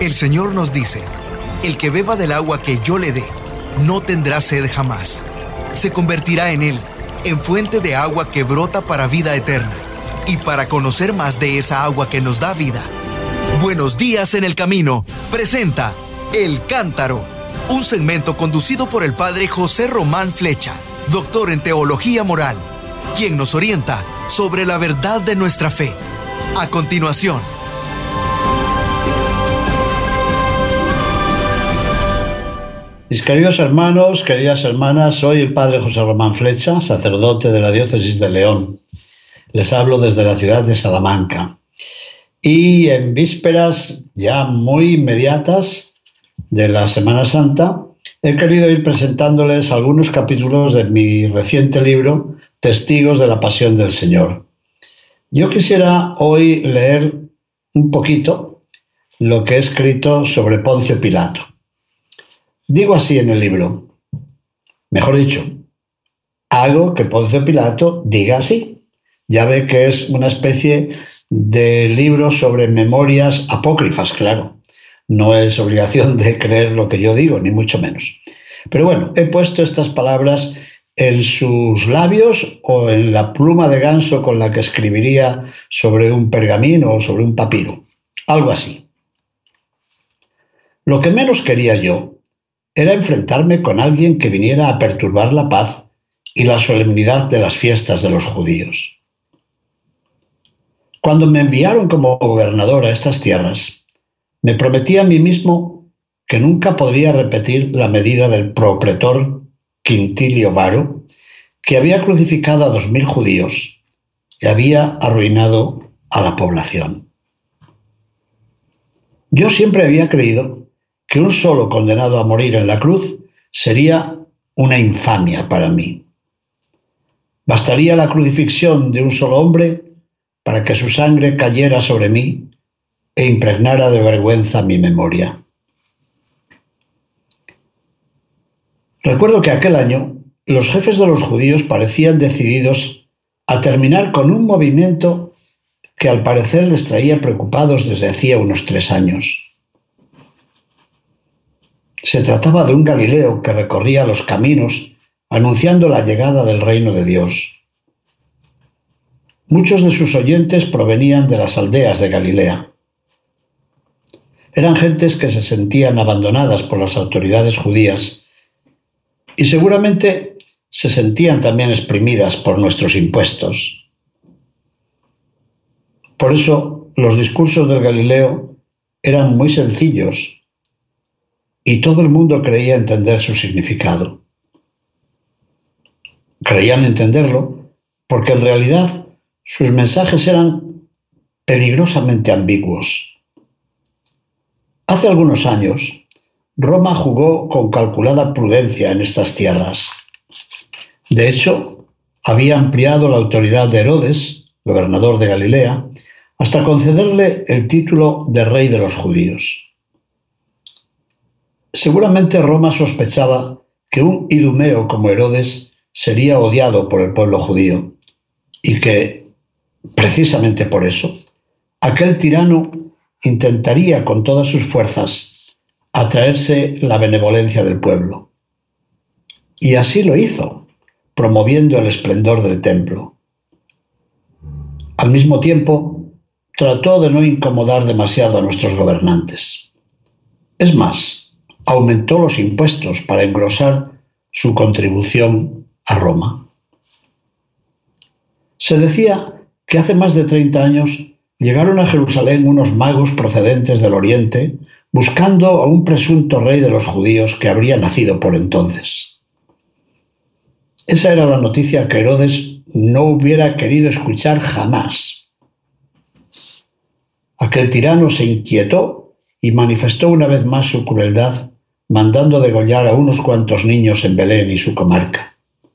El Señor nos dice: el que beba del agua que yo le dé, no tendrá sed jamás. Se convertirá en él, en fuente de agua que brota para vida eterna. Y para conocer más de esa agua que nos da vida, Buenos Días en el Camino presenta El Cántaro, un segmento conducido por el padre José Román Flecha, doctor en Teología Moral, quien nos orienta sobre la verdad de nuestra fe. A continuación. Mis queridos hermanos, queridas hermanas, soy el padre José Román Flecha, sacerdote de la diócesis de León. Les hablo desde la ciudad de Salamanca. Y en vísperas ya muy inmediatas de la Semana Santa, he querido ir presentándoles algunos capítulos de mi reciente libro, Testigos de la Pasión del Señor. Yo quisiera hoy leer un poquito lo que he escrito sobre Poncio Pilato. Digo así en el libro, mejor dicho, hago que Poncio Pilato diga así. Ya ve que es una especie de libro sobre memorias apócrifas, claro. No es obligación de creer lo que yo digo, ni mucho menos. Pero bueno, he puesto estas palabras en sus labios o en la pluma de ganso con la que escribiría sobre un pergamino o sobre un papiro. Algo así. Lo que menos quería yo era enfrentarme con alguien que viniera a perturbar la paz y la solemnidad de las fiestas de los judíos. Cuando me enviaron como gobernador a estas tierras, me prometí a mí mismo que nunca podría repetir la medida del propretor Quintilio Varo, que había crucificado a 2000 judíos y había arruinado a la población. Yo siempre había creído que un solo condenado a morir en la cruz sería una infamia para mí. Bastaría la crucifixión de un solo hombre para que su sangre cayera sobre mí e impregnara de vergüenza mi memoria. Recuerdo que aquel año los jefes de los judíos parecían decididos a terminar con un movimiento que al parecer les traía preocupados desde hacía unos 3 años. Se trataba de un Galileo que recorría los caminos anunciando la llegada del reino de Dios. Muchos de sus oyentes provenían de las aldeas de Galilea. Eran gentes que se sentían abandonadas por las autoridades judías y seguramente se sentían también exprimidas por nuestros impuestos. Por eso los discursos del Galileo eran muy sencillos y todo el mundo creía entender su significado. Creían entenderlo porque en realidad sus mensajes eran peligrosamente ambiguos. Hace algunos años, Roma jugó con calculada prudencia en estas tierras. De hecho, había ampliado la autoridad de Herodes, gobernador de Galilea, hasta concederle el título de rey de los judíos. Seguramente Roma sospechaba que un idumeo como Herodes sería odiado por el pueblo judío y que, precisamente por eso, aquel tirano intentaría con todas sus fuerzas atraerse la benevolencia del pueblo. Y así lo hizo, promoviendo el esplendor del templo. Al mismo tiempo, trató de no incomodar demasiado a nuestros gobernantes. Es más, aumentó los impuestos para engrosar su contribución a Roma. Se decía que hace más de 30 años llegaron a Jerusalén unos magos procedentes del Oriente buscando a un presunto rey de los judíos que habría nacido por entonces. Esa era la noticia que Herodes no hubiera querido escuchar jamás. Aquel tirano se inquietó y manifestó una vez más su crueldad, mandando degollar a unos cuantos niños en Belén y su comarca.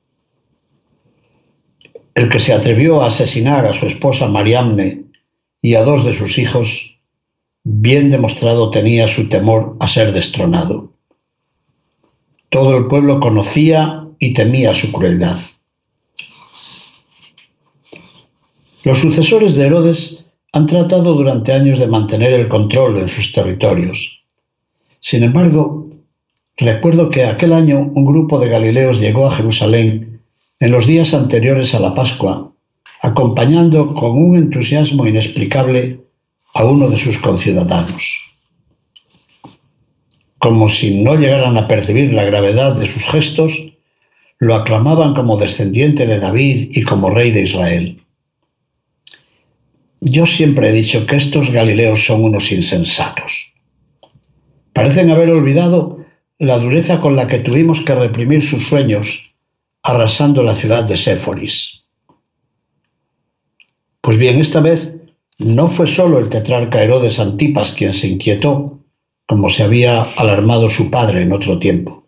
El que se atrevió a asesinar a su esposa Mariamne y a 2 de sus hijos, bien demostrado tenía su temor a ser destronado. Todo el pueblo conocía y temía su crueldad. Los sucesores de Herodes han tratado durante años de mantener el control en sus territorios, Sin embargo, recuerdo que aquel año un grupo de galileos llegó a Jerusalén en los días anteriores a la Pascua, acompañando con un entusiasmo inexplicable a uno de sus conciudadanos. Como si no llegaran a percibir la gravedad de sus gestos, lo aclamaban como descendiente de David y como rey de Israel. Yo siempre he dicho que estos galileos son unos insensatos. Parecen haber olvidado la dureza con la que tuvimos que reprimir sus sueños, arrasando la ciudad de Séforis. Pues bien, esta vez no fue solo el tetrarca Herodes Antipas quien se inquietó, como se había alarmado su padre en otro tiempo.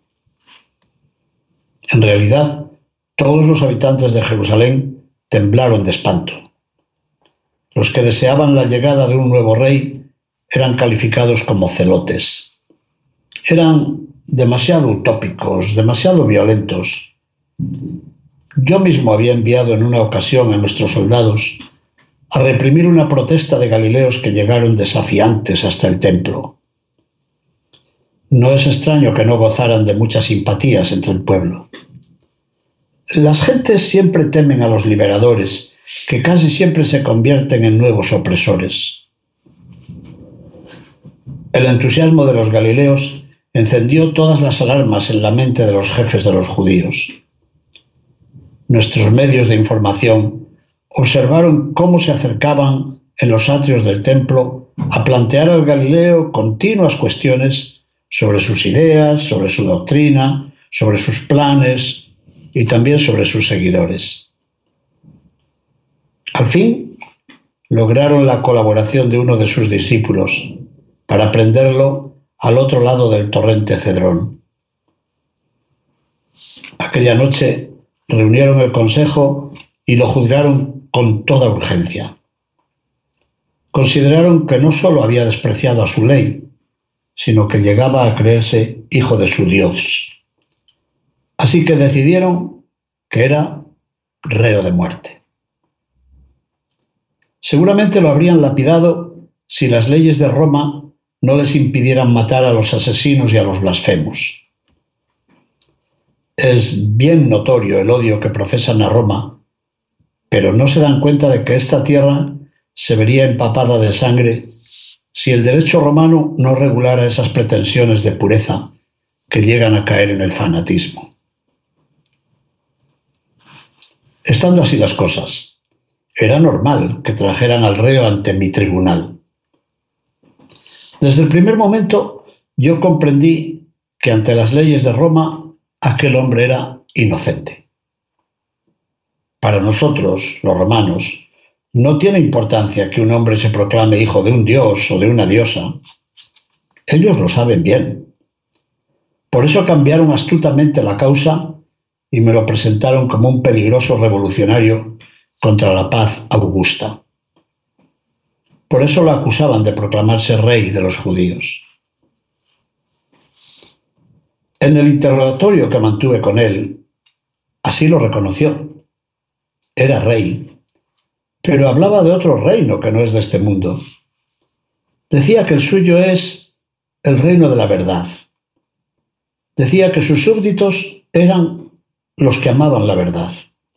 En realidad, todos los habitantes de Jerusalén temblaron de espanto. Los que deseaban la llegada de un nuevo rey eran calificados como celotes. Eran demasiado utópicos, demasiado violentos. Yo mismo había enviado en una ocasión a nuestros soldados a reprimir una protesta de galileos que llegaron desafiantes hasta el templo. No es extraño que no gozaran de muchas simpatías entre el pueblo. Las gentes siempre temen a los liberadores, que casi siempre se convierten en nuevos opresores. El entusiasmo de los galileos encendió todas las alarmas en la mente de los jefes de los judíos. Nuestros medios de información observaron cómo se acercaban en los atrios del templo a plantear al Galileo continuas cuestiones sobre sus ideas, sobre su doctrina, sobre sus planes y también sobre sus seguidores. Al fin, lograron la colaboración de uno de sus discípulos para prenderlo al otro lado del torrente Cedrón. Aquella noche reunieron el consejo y lo juzgaron con toda urgencia. Consideraron que no solo había despreciado a su ley, sino que llegaba a creerse hijo de su Dios. Así que decidieron que era reo de muerte. Seguramente lo habrían lapidado si las leyes de Roma no les impidieran matar a los asesinos y a los blasfemos. Es bien notorio el odio que profesan a Roma, pero no se dan cuenta de que esta tierra se vería empapada de sangre si el derecho romano no regulara esas pretensiones de pureza que llegan a caer en el fanatismo. Estando así las cosas, era normal que trajeran al reo ante mi tribunal. Desde el primer momento yo comprendí que ante las leyes de Roma aquel hombre era inocente. Para nosotros, los romanos, no tiene importancia que un hombre se proclame hijo de un dios o de una diosa. Ellos lo saben bien. Por eso cambiaron astutamente la causa y me lo presentaron como un peligroso revolucionario contra la paz augusta. Por eso lo acusaban de proclamarse rey de los judíos. En el interrogatorio que mantuve con él, así lo reconoció. Era rey, pero hablaba de otro reino que no es de este mundo. Decía que el suyo es el reino de la verdad. Decía que sus súbditos eran los que amaban la verdad.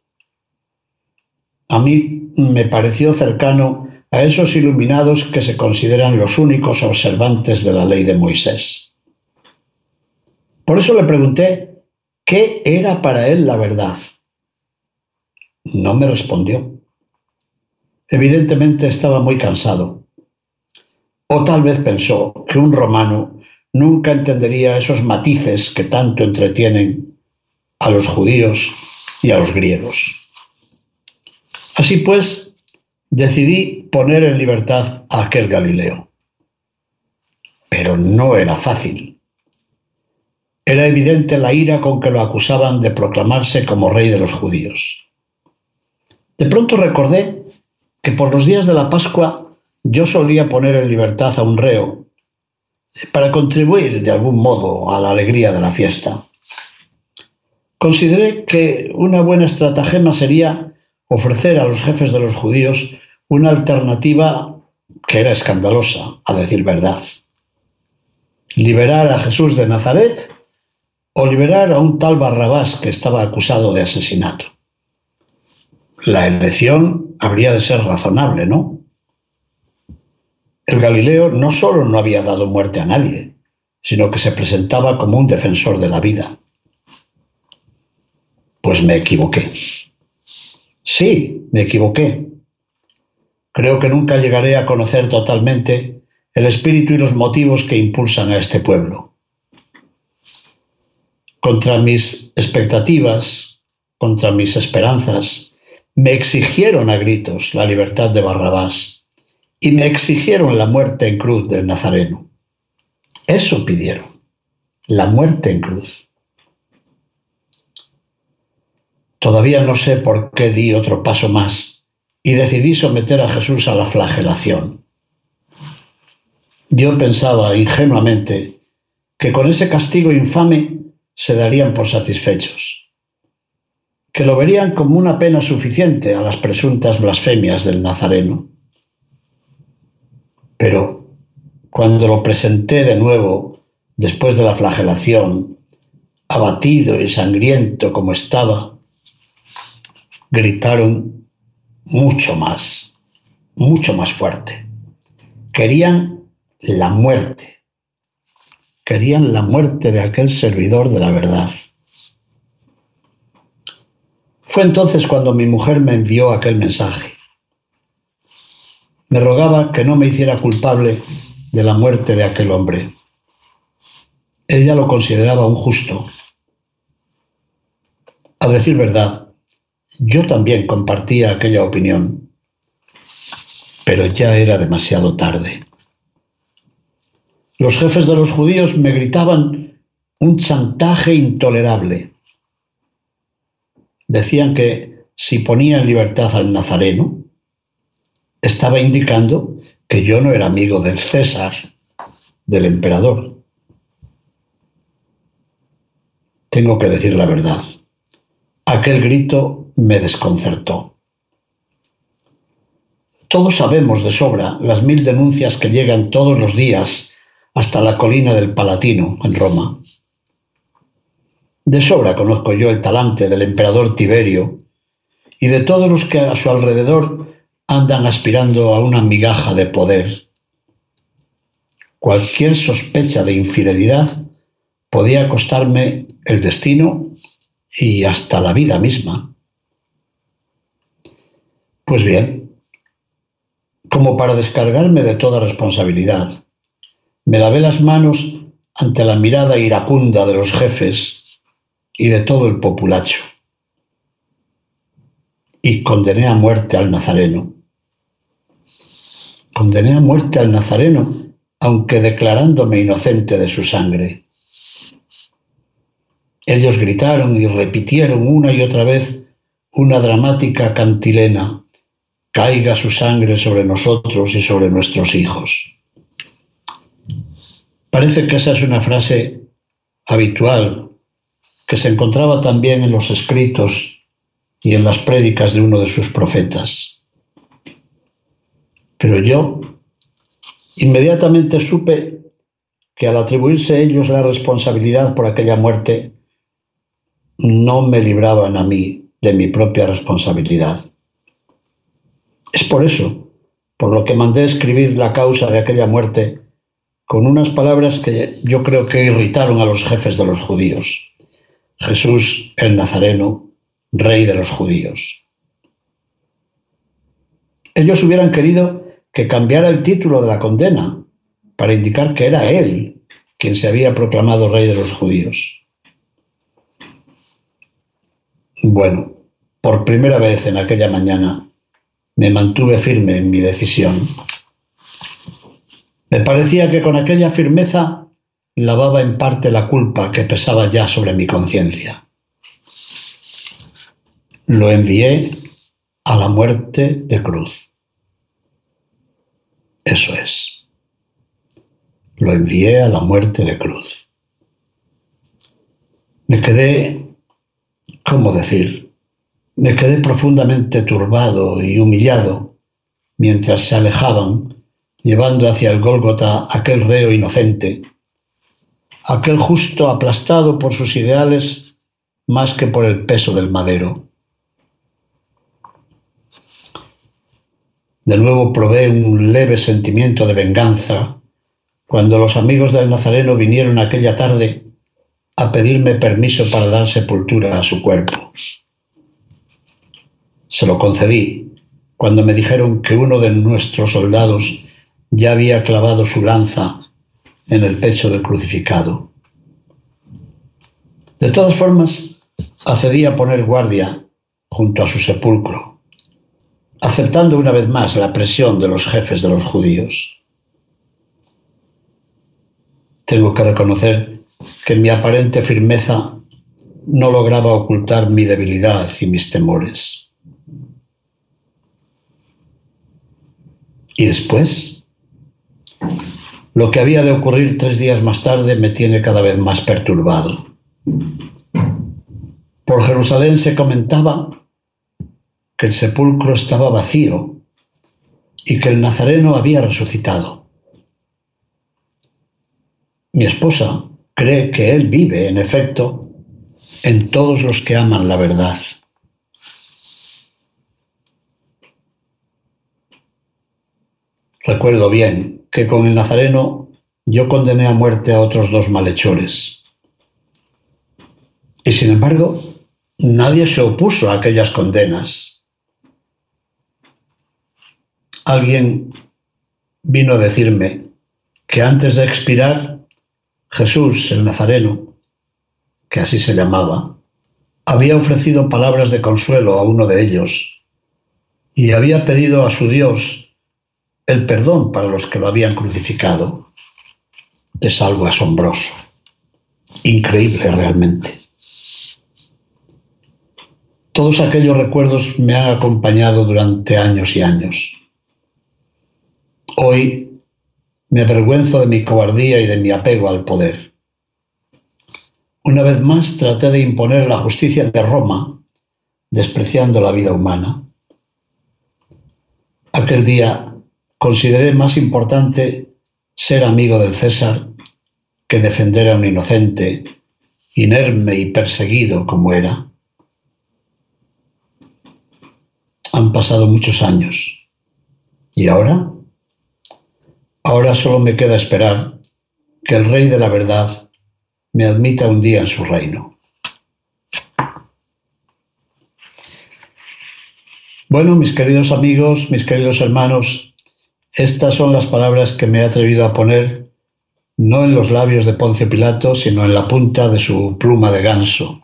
A mí me pareció cercano a esos iluminados que se consideran los únicos observantes de la ley de Moisés. Por eso le pregunté qué era para él la verdad. No me respondió. Evidentemente estaba muy cansado. O tal vez pensó que un romano nunca entendería esos matices que tanto entretienen a los judíos y a los griegos. Así pues, decidí poner en libertad a aquel Galileo. Pero no era fácil. Era evidente la ira con que lo acusaban de proclamarse como rey de los judíos. De pronto recordé que por los días de la Pascua yo solía poner en libertad a un reo para contribuir de algún modo a la alegría de la fiesta. Consideré que una buena estratagema sería ofrecer a los jefes de los judíos una alternativa que era escandalosa, a decir verdad. ¿Liberar a Jesús de Nazaret o liberar a un tal Barrabás que estaba acusado de asesinato? La elección habría de ser razonable, ¿no? El Galileo no solo no había dado muerte a nadie, sino que se presentaba como un defensor de la vida. Pues me equivoqué. Sí, me equivoqué. Creo que nunca llegaré a conocer totalmente el espíritu y los motivos que impulsan a este pueblo. Contra mis expectativas, contra mis esperanzas, me exigieron a gritos la libertad de Barrabás y me exigieron la muerte en cruz del Nazareno. Eso pidieron, la muerte en cruz. Todavía no sé por qué di otro paso más y decidí someter a Jesús a la flagelación. Yo pensaba ingenuamente que con ese castigo infame se darían por satisfechos, que lo verían como una pena suficiente a las presuntas blasfemias del Nazareno. Pero cuando lo presenté de nuevo después de la flagelación, abatido y sangriento como estaba, gritaron mucho más fuerte. Querían la muerte. Querían la muerte de aquel servidor de la verdad. Fue entonces cuando mi mujer me envió aquel mensaje. Me rogaba que no me hiciera culpable de la muerte de aquel hombre. Ella lo consideraba un justo. A decir verdad, yo también compartía aquella opinión, pero ya era demasiado tarde. Los jefes de los judíos me gritaban un chantaje intolerable. Decían que si ponía en libertad al Nazareno, estaba indicando que yo no era amigo del César, del emperador. Tengo que decir la verdad. Aquel grito me desconcertó. Todos sabemos de sobra las 1000 denuncias que llegan todos los días hasta la colina del Palatino, en Roma. De sobra conozco yo el talante del emperador Tiberio y de todos los que a su alrededor andan aspirando a una migaja de poder. Cualquier sospecha de infidelidad podía costarme el destino y hasta la vida misma. Pues bien, como para descargarme de toda responsabilidad, me lavé las manos ante la mirada iracunda de los jefes y de todo el populacho, y condené a muerte al Nazareno. Condené a muerte al Nazareno, aunque declarándome inocente de su sangre. Ellos gritaron y repitieron una y otra vez una dramática cantilena: caiga su sangre sobre nosotros y sobre nuestros hijos. Parece que esa es una frase habitual que se encontraba también en los escritos y en las prédicas de uno de sus profetas. Pero yo inmediatamente supe que al atribuirse ellos la responsabilidad por aquella muerte, no me libraban a mí de mi propia responsabilidad. Es por eso, por lo que mandé escribir la causa de aquella muerte con unas palabras que yo creo que irritaron a los jefes de los judíos: Jesús el Nazareno, Rey de los judíos. Ellos hubieran querido que cambiara el título de la condena para indicar que era él quien se había proclamado Rey de los judíos. Bueno, por primera vez en aquella mañana me mantuve firme en mi decisión. Me parecía que con aquella firmeza lavaba en parte la culpa que pesaba ya sobre mi conciencia. Lo envié a la muerte de cruz. Eso es. Lo envié a la muerte de cruz. Me quedé, ¿cómo decir? Me quedé profundamente turbado y humillado mientras se alejaban, llevando hacia el Gólgota aquel reo inocente, aquel justo aplastado por sus ideales más que por el peso del madero. De nuevo probé un leve sentimiento de venganza cuando los amigos del Nazareno vinieron aquella tarde a pedirme permiso para dar sepultura a su cuerpo. Se lo concedí cuando me dijeron que uno de nuestros soldados ya había clavado su lanza en el pecho del crucificado. De todas formas, accedí a poner guardia junto a su sepulcro, aceptando una vez más la presión de los jefes de los judíos. Tengo que reconocer que mi aparente firmeza no lograba ocultar mi debilidad y mis temores. ¿Y después? Lo que había de ocurrir 3 días más tarde me tiene cada vez más perturbado. Por Jerusalén se comentaba que el sepulcro estaba vacío y que el Nazareno había resucitado. Mi esposa cree que él vive, en efecto, en todos los que aman la verdad. Recuerdo bien que con el Nazareno yo condené a muerte a otros 2 malhechores. Y sin embargo, nadie se opuso a aquellas condenas. Alguien vino a decirme que antes de expirar, Jesús, el Nazareno, que así se llamaba, había ofrecido palabras de consuelo a uno de ellos y había pedido a su Dios el perdón para los que lo habían crucificado. Es algo asombroso, increíble realmente. Todos aquellos recuerdos me han acompañado durante años y años. Hoy me avergüenzo de mi cobardía y de mi apego al poder. Una vez más traté de imponer la justicia de Roma, despreciando la vida humana. Aquel día consideré más importante ser amigo del César que defender a un inocente, inerme y perseguido como era. Han pasado muchos años. ¿Y ahora? Ahora solo me queda esperar que el Rey de la Verdad me admita un día en su reino. Bueno, mis queridos amigos, mis queridos hermanos, estas son las palabras que me he atrevido a poner no en los labios de Poncio Pilato, sino en la punta de su pluma de ganso.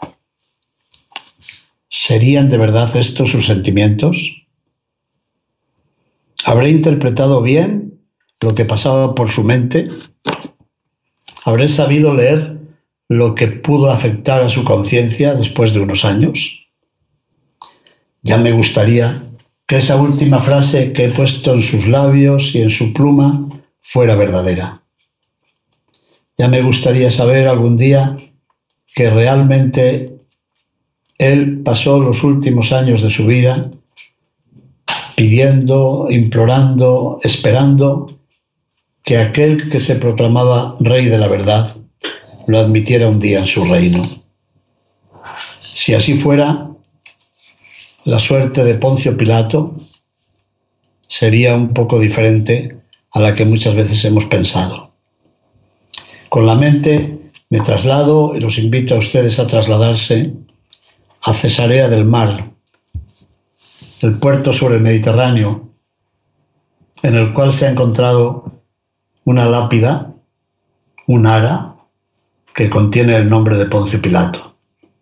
¿Serían de verdad estos sus sentimientos? ¿Habré interpretado bien lo que pasaba por su mente? ¿Habré sabido leer lo que pudo afectar a su conciencia después de unos años? Ya me gustaría que esa última frase que he puesto en sus labios y en su pluma fuera verdadera. Ya me gustaría saber algún día que realmente él pasó los últimos años de su vida pidiendo, implorando, esperando que aquel que se proclamaba Rey de la Verdad lo admitiera un día en su reino. Si así fuera, la suerte de Poncio Pilato sería un poco diferente a la que muchas veces hemos pensado. Con la mente me traslado y los invito a ustedes a trasladarse a Cesarea del Mar, el puerto sobre el Mediterráneo, en el cual se ha encontrado una lápida, un ara, que contiene el nombre de Poncio Pilato.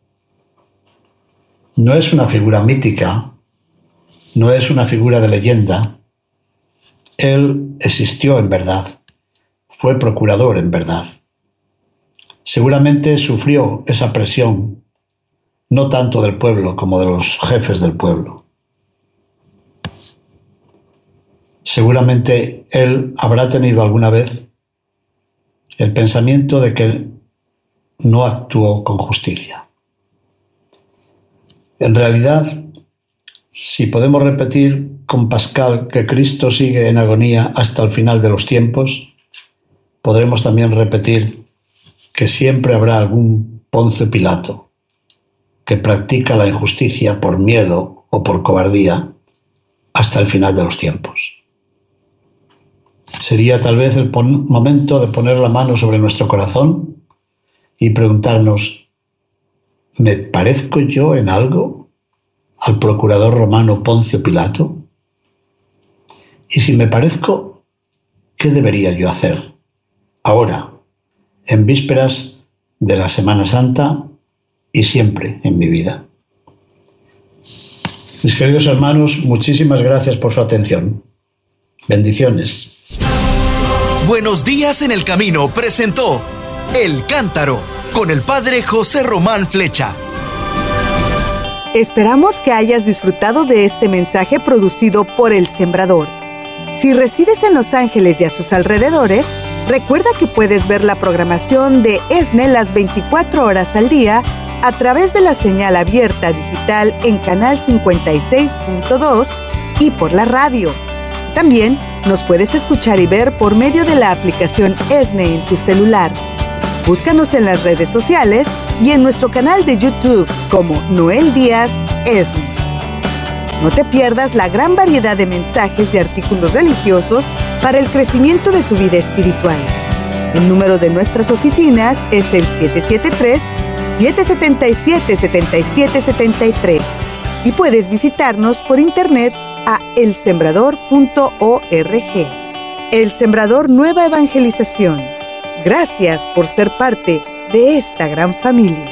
No es una figura mítica, no es una figura de leyenda. Él existió en verdad, fue procurador en verdad. Seguramente sufrió esa presión, no tanto del pueblo como de los jefes del pueblo. Seguramente él habrá tenido alguna vez el pensamiento de que no actuó con justicia. En realidad, si podemos repetir con Pascal que Cristo sigue en agonía hasta el final de los tiempos, podremos también repetir que siempre habrá algún Poncio Pilato que practica la injusticia por miedo o por cobardía hasta el final de los tiempos. Sería tal vez el momento de poner la mano sobre nuestro corazón y preguntarnos, ¿me parezco yo en algo al procurador romano Poncio Pilato? Y si me parezco, ¿qué debería yo hacer ahora, en vísperas de la Semana Santa y siempre en mi vida? Mis queridos hermanos, muchísimas gracias por su atención. Bendiciones. Buenos Días en el Camino presentó El Cántaro con el Padre José Román Flecha. Esperamos que hayas disfrutado de este mensaje producido por El Sembrador. Si resides en Los Ángeles y a sus alrededores, recuerda que puedes ver la programación de ESNE las 24 horas al día a través de la señal abierta digital en Canal 56.2 y por la radio. También nos puedes escuchar y ver por medio de la aplicación ESNE en tu celular. Búscanos en las redes sociales y en nuestro canal de YouTube como Noel Díaz ESNE. No te pierdas la gran variedad de mensajes y artículos religiosos para el crecimiento de tu vida espiritual. El número de nuestras oficinas es el 773-777-7773 y puedes visitarnos por internet a elsembrador.org. El Sembrador Nueva Evangelización. Gracias por ser parte de esta gran familia.